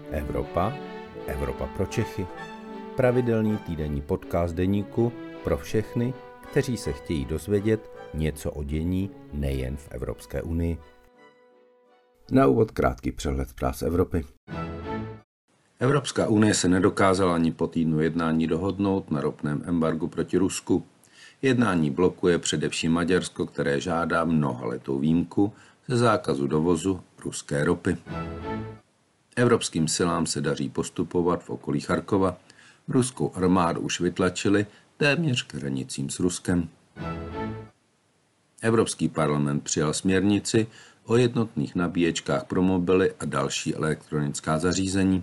Evropa, Evropa pro Čechy. Pravidelný týdenní podcast deníku pro všechny, kteří se chtějí dozvědět něco o dění nejen v Evropské unii. Na úvod krátký přehled zpráv z Evropy. Evropská unie se nedokázala ani po týdnu jednání dohodnout na ropném embargu proti Rusku. Jednání blokuje především Maďarsko, které žádá mnohaletou výjimku ze zákazu dovozu ruské ropy. Evropským silám se daří postupovat v okolí Charkova. Ruskou armádu už vytlačili téměř k hranicím s Ruskem. Evropský parlament přijal směrnici o jednotných nabíječkách pro mobily a další elektronická zařízení.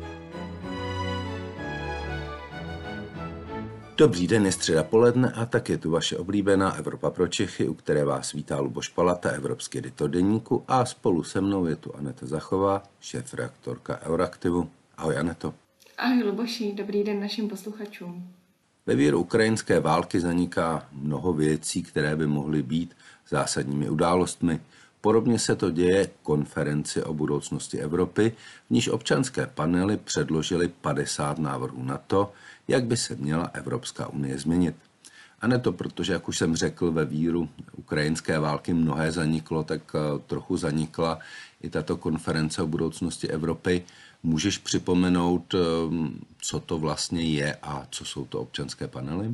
Dobrý den, je středa poledne a tak je tu vaše oblíbená Evropa pro Čechy, u které vás vítá Luboš Palata, evropský editor deníku, a spolu se mnou je tu Aneta Zachová, šéfredaktorka Euraktivu. Ahoj Aneto. Ahoj Luboši, dobrý den našim posluchačům. Ve víru ukrajinské války zaniká mnoho věcí, které by mohly být zásadními událostmi. Podobně se to děje konferenci o budoucnosti Evropy, v níž občanské panely předložily 50 návrhů na to, jak by se měla Evropská unie změnit. A ne to, protože, jak už jsem řekl, ve víru ukrajinské války mnohé zaniklo, tak trochu zanikla i tato konference o budoucnosti Evropy. Můžeš připomenout, co to vlastně je a co jsou to občanské panely?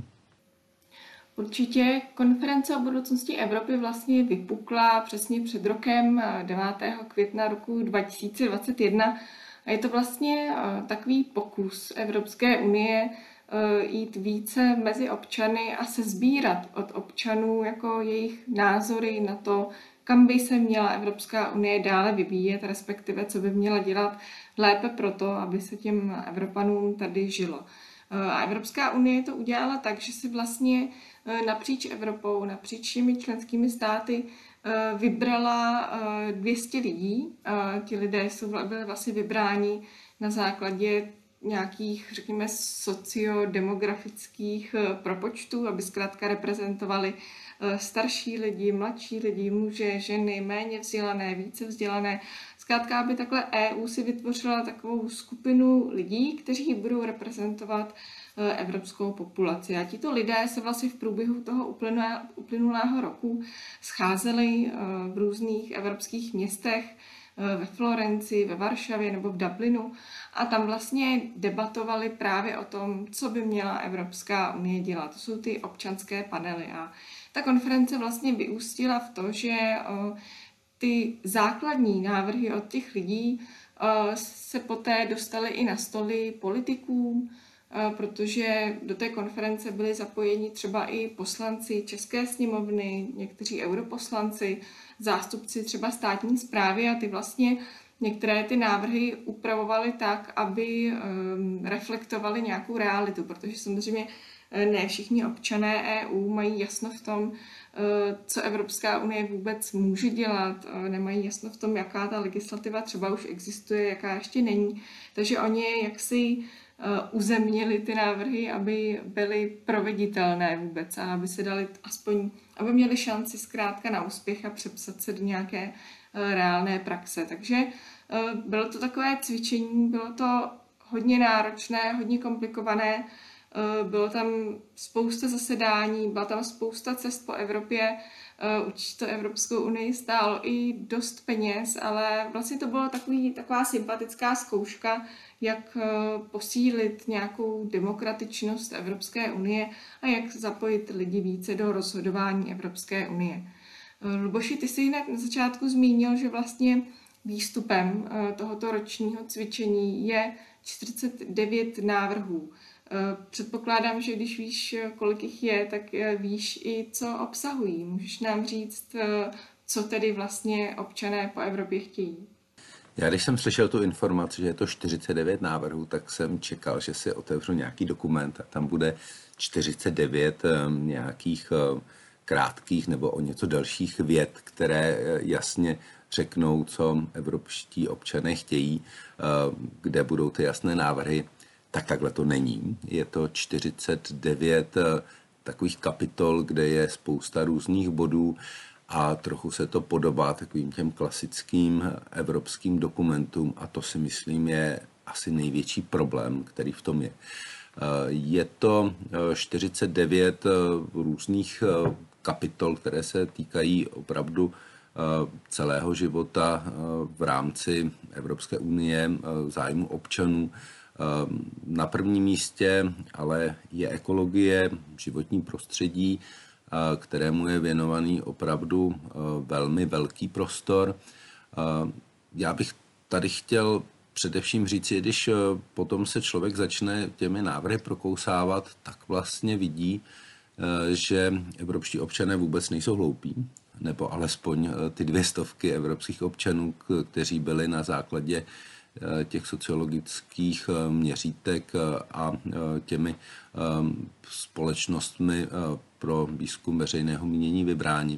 Určitě konference o budoucnosti Evropy vlastně vypukla přesně před rokem 9. května roku 2021 a je to vlastně takový pokus Evropské unie jít více mezi občany a sesbírat od občanů jako jejich názory na to, kam by se měla Evropská unie dále vyvíjet, respektive co by měla dělat lépe proto, aby se těm Evropanům tady žilo. A Evropská unie to udělala tak, že si vlastně napříč Evropou, napříč těmi členskými státy vybrala 200 lidí. Ti lidé byli vlastně vybráni na základě nějakých, řekněme, sociodemografických propočtů, aby zkrátka reprezentovali starší lidi, mladší lidi, muže, ženy, méně vzdělané, více vzdělané. Zkrátka, aby takhle EU si vytvořila takovou skupinu lidí, kteří budou reprezentovat evropskou populaci. A tito lidé se vlastně v průběhu toho uplynulého roku scházeli v různých evropských městech, ve Florencii, ve Varšavě nebo v Dublinu a tam vlastně debatovali právě o tom, co by měla Evropská unie dělat. To jsou ty občanské panely a ta konference vlastně vyústila v to, že ty základní návrhy od těch lidí se poté dostaly i na stoly politiků, protože do té konference byli zapojeni třeba i poslanci České sněmovny, někteří europoslanci, zástupci třeba státní správy a ty vlastně některé ty návrhy upravovali tak, aby reflektovali nějakou realitu, protože samozřejmě ne všichni občané EU mají jasno v tom, co Evropská unie vůbec může dělat, nemají jasno v tom, jaká ta legislativa třeba už existuje, jaká ještě není. Takže oni jaksi uzemnili ty návrhy, aby byly proveditelné vůbec a aby se dali aspoň, aby měli šanci zkrátka na úspěch a přepsat se do nějaké reálné praxe. Takže bylo to takové cvičení, bylo to hodně náročné, hodně komplikované, bylo tam spousta zasedání, byla tam spousta cest po Evropě, určitě to Evropskou unii stálo i dost peněz, ale vlastně to byla taková sympatická zkouška, jak posílit nějakou demokratičnost Evropské unie a jak zapojit lidi více do rozhodování Evropské unie. Luboši, ty jsi hned na začátku zmínil, že vlastně výstupem tohoto ročního cvičení je 49 návrhů. Předpokládám, že když víš, kolik jich je, tak víš i, co obsahují. Můžeš nám říct, co tedy vlastně občané po Evropě chtějí? Já když jsem slyšel tu informaci, že je to 49 návrhů, tak jsem čekal, že si otevřu nějaký dokument a tam bude 49 nějakých krátkých nebo o něco delších vět, které jasně řeknou, co evropští občané chtějí, kde budou ty jasné návrhy. Tak takhle to není. Je to 49 takových kapitol, kde je spousta různých bodů a trochu se to podobá takovým těm klasickým evropským dokumentům a to si myslím je asi největší problém, který v tom je. Je to 49 různých kapitol, které se týkají opravdu celého života v rámci Evropské unie, zájmu občanů. Na prvním místě ale je ekologie, životní prostředí, kterému je věnovaný opravdu velmi velký prostor. Já bych tady chtěl především říci, když potom se člověk začne těmi návrhy prokousávat, tak vlastně vidí, že evropští občané vůbec nejsou hloupí, nebo alespoň ty 200 evropských občanů, kteří byli na základě těch sociologických měřítek a těmi společnostmi pro výzkum veřejného mínění vybráni.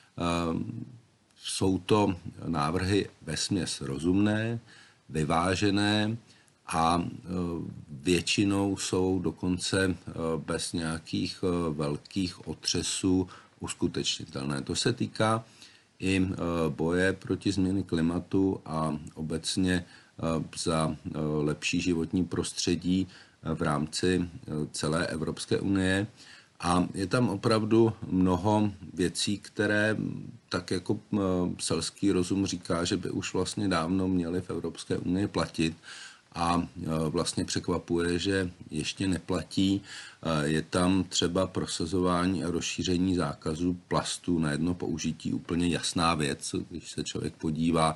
Jsou to návrhy vesměs rozumné, vyvážené a většinou jsou dokonce bez nějakých velkých otřesů uskutečnitelné. To se týká i boje proti změně klimatu a obecně za lepší životní prostředí v rámci celé Evropské unie. A je tam opravdu mnoho věcí, které tak jako selský rozum říká, že by už vlastně dávno měly v Evropské unii platit a vlastně překvapuje, že ještě neplatí. Je tam třeba prosazování a rozšíření zákazu plastů na jedno použití úplně jasná věc, když se člověk podívá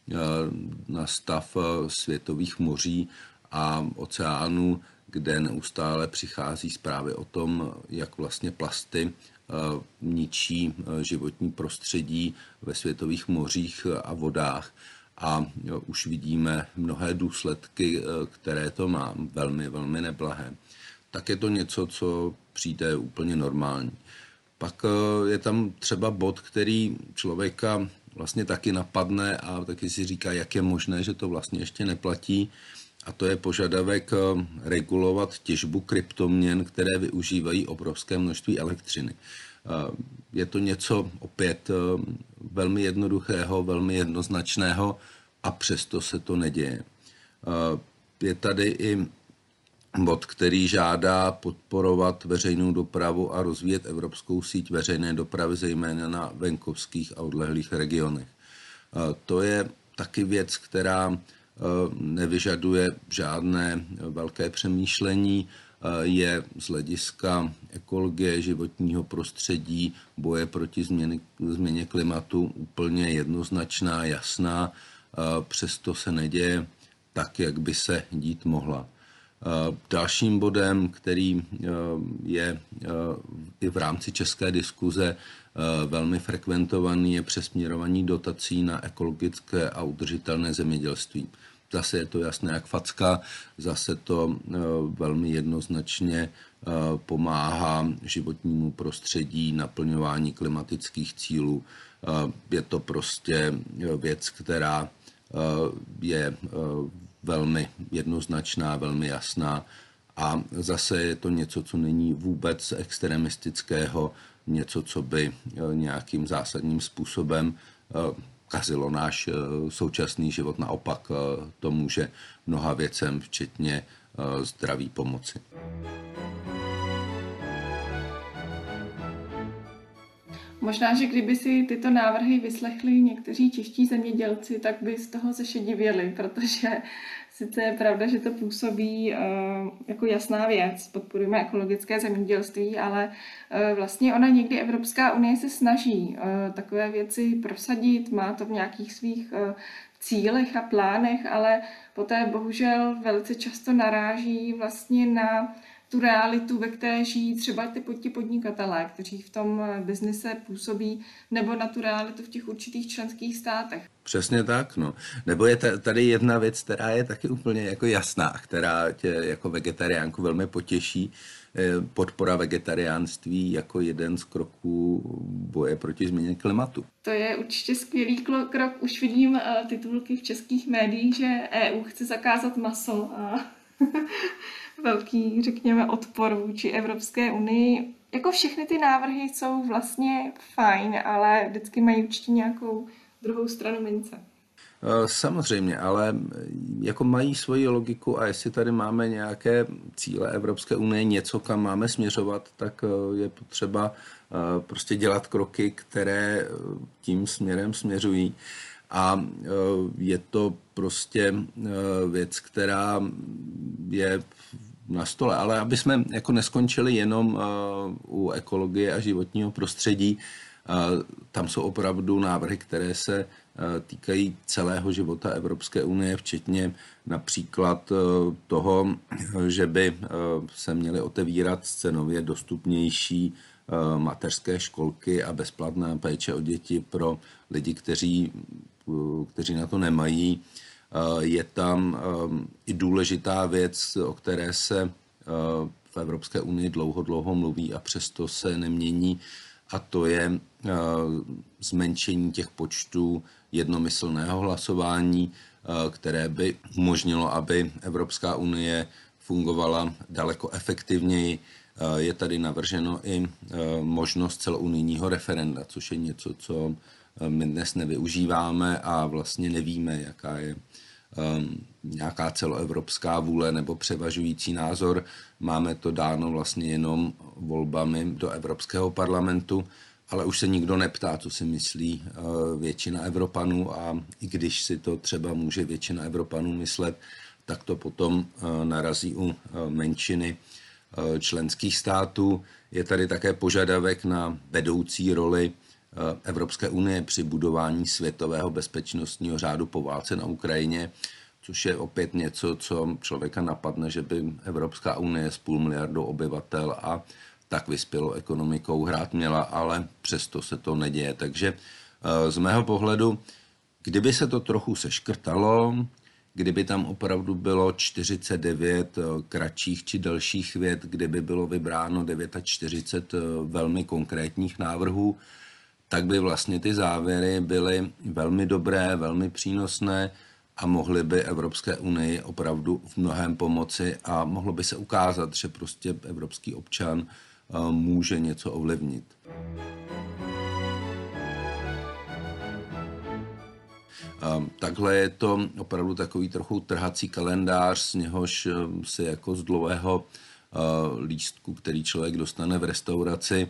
na stav světových moří a oceánů, kde neustále přichází zprávy o tom, jak vlastně plasty ničí životní prostředí ve světových mořích a vodách. A už vidíme mnohé důsledky, které to má, velmi, velmi neblahé. Tak je to něco, co přijde úplně normální. Pak je tam třeba bod, který člověka vlastně taky napadne a taky si říká, jak je možné, že to vlastně ještě neplatí. A to je požadavek regulovat těžbu kryptoměn, které využívají obrovské množství elektřiny. Je to něco opět velmi jednoduchého, velmi jednoznačného a přesto se to neděje. Je tady i bod, který žádá podporovat veřejnou dopravu a rozvíjet evropskou síť veřejné dopravy, zejména na venkovských a odlehlých regionech. To je taky věc, která nevyžaduje žádné velké přemýšlení, je z hlediska ekologie, životního prostředí, boje proti změně klimatu úplně jednoznačná, jasná, přesto se neděje tak, jak by se dít mohla. Dalším bodem, který je i v rámci české diskuze velmi frekventovaný, je přesměrování dotací na ekologické a udržitelné zemědělství. Zase je to jasné jak facka, zase to velmi jednoznačně pomáhá životnímu prostředí, naplňování klimatických cílů. Je to prostě věc, která je velmi jednoznačná, velmi jasná a zase je to něco, co není vůbec extremistického, něco, co by nějakým zásadním způsobem kazilo náš současný život. Naopak to může mnoha věcem, včetně zdraví, pomoci. Možná, že kdyby si tyto návrhy vyslechli někteří čeští zemědělci, tak by z toho zešedivěli, protože sice je pravda, že to působí jako jasná věc, podporujeme ekologické zemědělství, ale vlastně ona někdy Evropská unie se snaží takové věci prosadit, má to v nějakých svých cílech a plánech, ale poté bohužel velice často naráží vlastně na tu realitu, ve které žijí třeba ti podnikatelé, kteří v tom biznise působí, nebo na tu realitu v těch určitých členských státech. Přesně tak, no. Nebo je tady jedna věc, která je taky úplně jako jasná, která tě jako vegetariánku velmi potěší. Podpora vegetariánství jako jeden z kroků boje proti změně klimatu. To je určitě skvělý krok. Už vidím titulky v českých médiích, že EU chce zakázat maso a velký, řekněme, odpor vůči Evropské unii. Jako všechny ty návrhy jsou vlastně fajn, ale vždycky mají určitě nějakou druhou stranu mince. Samozřejmě, ale jako mají svoji logiku a jestli tady máme nějaké cíle Evropské unie, něco, kam máme směřovat, tak je potřeba prostě dělat kroky, které tím směrem směřují. A je to prostě věc, která je na stole. Ale aby jsme jako neskončili jenom u ekologie a životního prostředí, tam jsou opravdu návrhy, které se týkají celého života Evropské unie, včetně například toho, že by se měly otevírat cenově dostupnější mateřské školky a bezplatná péče o děti pro lidi, kteří na to nemají. Je tam i důležitá věc, o které se v Evropské unii dlouho mluví a přesto se nemění, a to je zmenšení těch počtů jednomyslného hlasování, které by umožnilo, aby Evropská unie fungovala daleko efektivněji. Je tady navrženo i možnost celounijního referenda, což je něco, co my dnes nevyužíváme a vlastně nevíme, jaká je nějaká celoevropská vůle nebo převažující názor. Máme to dáno vlastně jenom volbami do Evropského parlamentu, ale už se nikdo neptá, co si myslí většina Evropanů, a i když si to třeba může většina Evropanů myslet, tak to potom narazí u menšiny členských států. Je tady také požadavek na vedoucí roli Evropské unie při budování světového bezpečnostního řádu po válce na Ukrajině, což je opět něco, co člověka napadne, že by Evropská unie s 500 miliardou obyvatel a tak vyspělou ekonomikou hrát měla, ale přesto se to neděje. Takže z mého pohledu, kdyby se to trochu seškrtalo, kdyby tam opravdu bylo 49 kratších či delších vět, kdyby bylo vybráno 49 velmi konkrétních návrhů, tak by vlastně ty závěry byly velmi dobré, velmi přínosné a mohly by Evropské unii opravdu v mnohém pomoci a mohlo by se ukázat, že prostě evropský občan může něco ovlivnit. Takhle je to opravdu takový trochu trhací kalendář, z něhož si jako z dlouhého lístku, který člověk dostane v restauraci,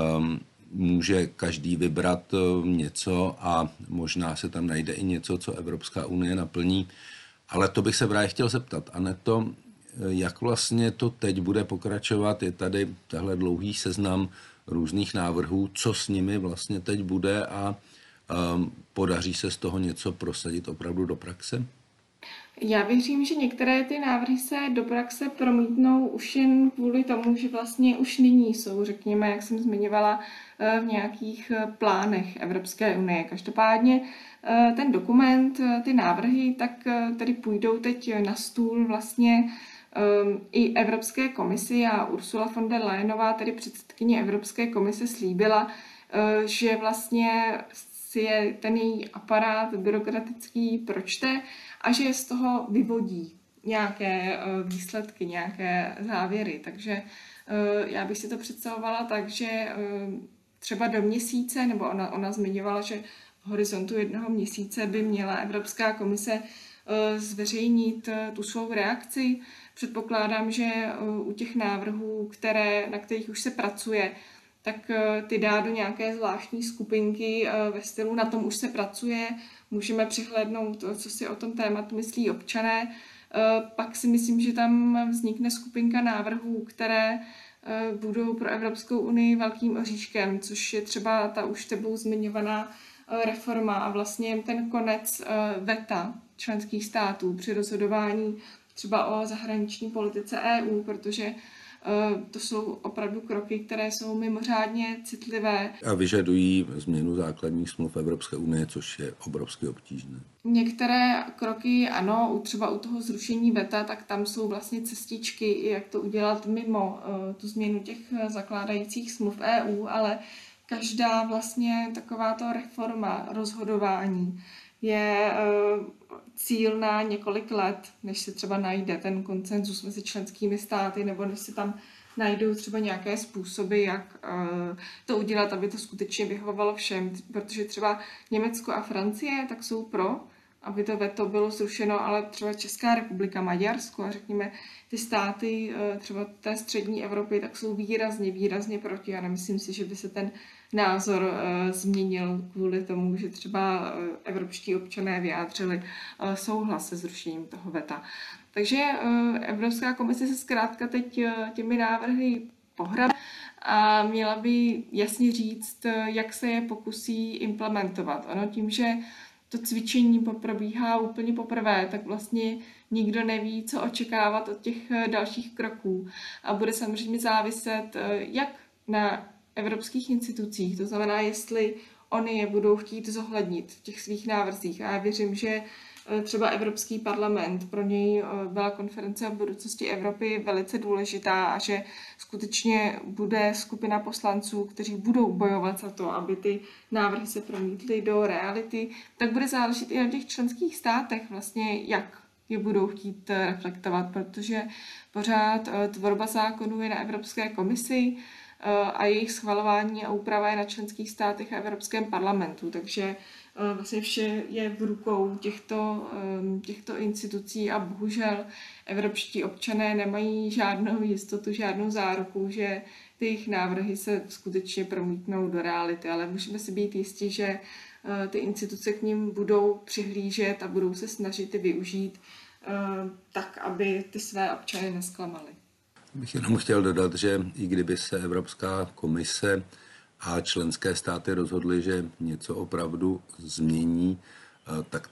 může každý vybrat něco a možná se tam najde i něco, co Evropská unie naplní. Ale to bych se právě chtěl zeptat. Aneto, jak vlastně to teď bude pokračovat? Je tady tahle dlouhý seznam různých návrhů, co s nimi vlastně teď bude a podaří se z toho něco prosadit opravdu do praxe? Já věřím, že některé ty návrhy se do praxe promítnou už jen kvůli tomu, že vlastně už nyní jsou, řekněme, jak jsem zmiňovala, v nějakých plánech Evropské unie. Každopádně ten dokument, ty návrhy, tak tady půjdou teď na stůl vlastně i Evropské komisi a Ursula von der Leyenová, tedy předsedkyně Evropské komise, slíbila, že vlastně si je ten její aparát byrokratický pročte a že z toho vyvodí nějaké výsledky, nějaké závěry. Takže já bych si to představovala tak, že třeba do měsíce, nebo ona zmiňovala, že v horizontu 1 měsíce by měla Evropská komise zveřejnit tu svou reakci. Předpokládám, že u těch návrhů, na kterých už se pracuje, tak ty dá do nějaké zvláštní skupinky ve stylu na tom už se pracuje, můžeme přihlédnout, co si o tom tématu myslí občané. Pak si myslím, že tam vznikne skupinka návrhů, které budou pro Evropskou unii velkým oříškem, což je třeba ta už tebou zmiňovaná reforma a vlastně ten konec veta členských států při rozhodování třeba o zahraniční politice EU, protože to jsou opravdu kroky, které jsou mimořádně citlivé. A vyžadují změnu základních smluv Evropské unie, což je obrovsky obtížné. Některé kroky, ano, třeba u toho zrušení veta, tak tam jsou vlastně cestičky, jak to udělat mimo tu změnu těch zakládajících smluv EU, ale každá vlastně takováto reforma rozhodování je cíl na několik let, než se třeba najde ten konsenzus mezi členskými státy, nebo než se tam najdou třeba nějaké způsoby, jak to udělat, aby to skutečně vyhovovalo všem. Protože třeba Německo a Francie tak jsou pro aby to veto bylo zrušeno, ale třeba Česká republika, Maďarsko a řekněme ty státy třeba té střední Evropy, tak jsou výrazně proti a nemyslím si, že by se ten názor změnil kvůli tomu, že třeba evropští občané vyjádřili souhlas se zrušením toho veta. Takže Evropská komise se zkrátka teď těmi návrhy pohrabá a měla by jasně říct, jak se je pokusí implementovat. Ono tím, že to cvičení probíhá úplně poprvé, tak vlastně nikdo neví, co očekávat od těch dalších kroků. A bude samozřejmě záviset jak na evropských institucích, to znamená, jestli oni je budou chtít zohlednit v těch svých návrzích. A já věřím, že třeba Evropský parlament, pro něj byla konference o budoucnosti Evropy velice důležitá a že skutečně bude skupina poslanců, kteří budou bojovat za to, aby ty návrhy se promítly do reality, tak bude záležet i na těch členských státech vlastně, jak je budou chtít reflektovat, protože pořád tvorba zákonů je na Evropské komisi a jejich schvalování a úprava je na členských státech a Evropském parlamentu, takže vlastně vše je v rukou těchto institucí a bohužel evropští občané nemají žádnou jistotu, žádnou záruku, že ty jejich návrhy se skutečně promítnou do reality, ale můžeme si být jistí, že ty instituce k nim budou přihlížet a budou se snažit je využít tak, aby ty své občany nezklamaly. Bych jenom chtěl dodat, že i kdyby se Evropská komise a členské státy rozhodly, že něco opravdu změní, tak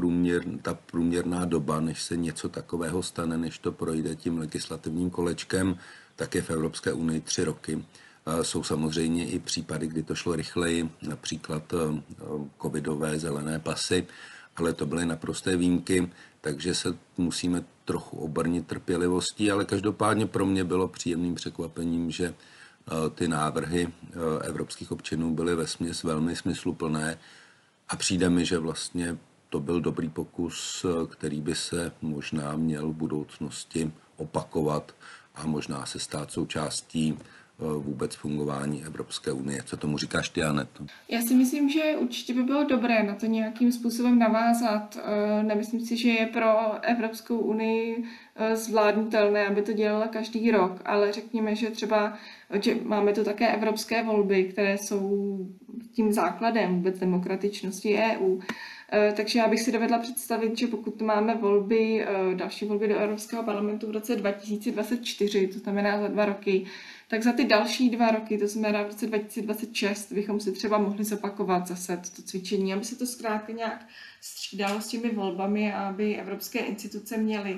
ta průměrná doba, než se něco takového stane, než to projde tím legislativním kolečkem, tak je v Evropské unii 3 roky. Jsou samozřejmě i případy, kdy to šlo rychleji, například covidové zelené pasy, ale to byly naprosté výjimky, takže se musíme trochu obrnit trpělivostí, ale každopádně pro mě bylo příjemným překvapením, že ty návrhy evropských občanů byly vesměs velmi smysluplné a přijde mi, že vlastně to byl dobrý pokus, který by se možná měl v budoucnosti opakovat a možná se stát součástí vůbec fungování Evropské unie. Co tomu říkáš ty, Aneto? Já si myslím, že určitě by bylo dobré na to nějakým způsobem navázat. Nemyslím si, že je pro Evropskou unii zvládnutelné, aby to dělala každý rok, ale řekněme, že třeba že máme tu také evropské volby, které jsou tím základem vůbec demokratičnosti EU. Takže já bych si dovedla představit, že pokud máme další volby do Evropského parlamentu v roce 2024, to znamená za 2 roky, tak za ty další 2 roky, to znamená v roce 2026, bychom si třeba mohli zopakovat zase to cvičení, aby se to zkrátka nějak střídalo s těmi volbami a aby evropské instituce měly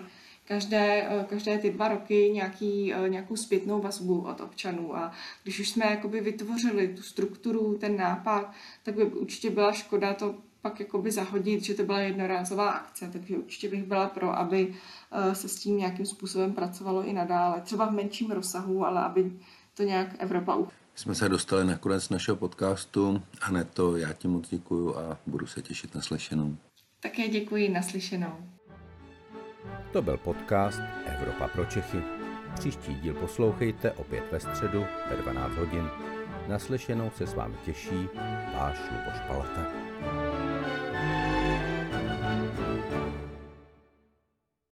každé ty 2 roky nějakou zpětnou vazbu od občanů. A když už jsme jakoby vytvořili tu strukturu, ten nápad, tak by určitě byla škoda to pak jakoby zahodit, že to byla jednorázová akce, takže určitě bych byla pro, aby se s tím nějakým způsobem pracovalo i nadále. Třeba v menším rozsahu, ale aby to nějak Evropa Jsme se dostali na konec našeho podcastu. Aneto, já ti moc děkuju a budu se těšit na slyšenou. Také děkuji, naslyšenou. To byl podcast Evropa pro Čechy. Příští díl poslouchejte opět ve středu ve 12 hodin. Naslyšenou se s vámi těší váš Luboš Palata.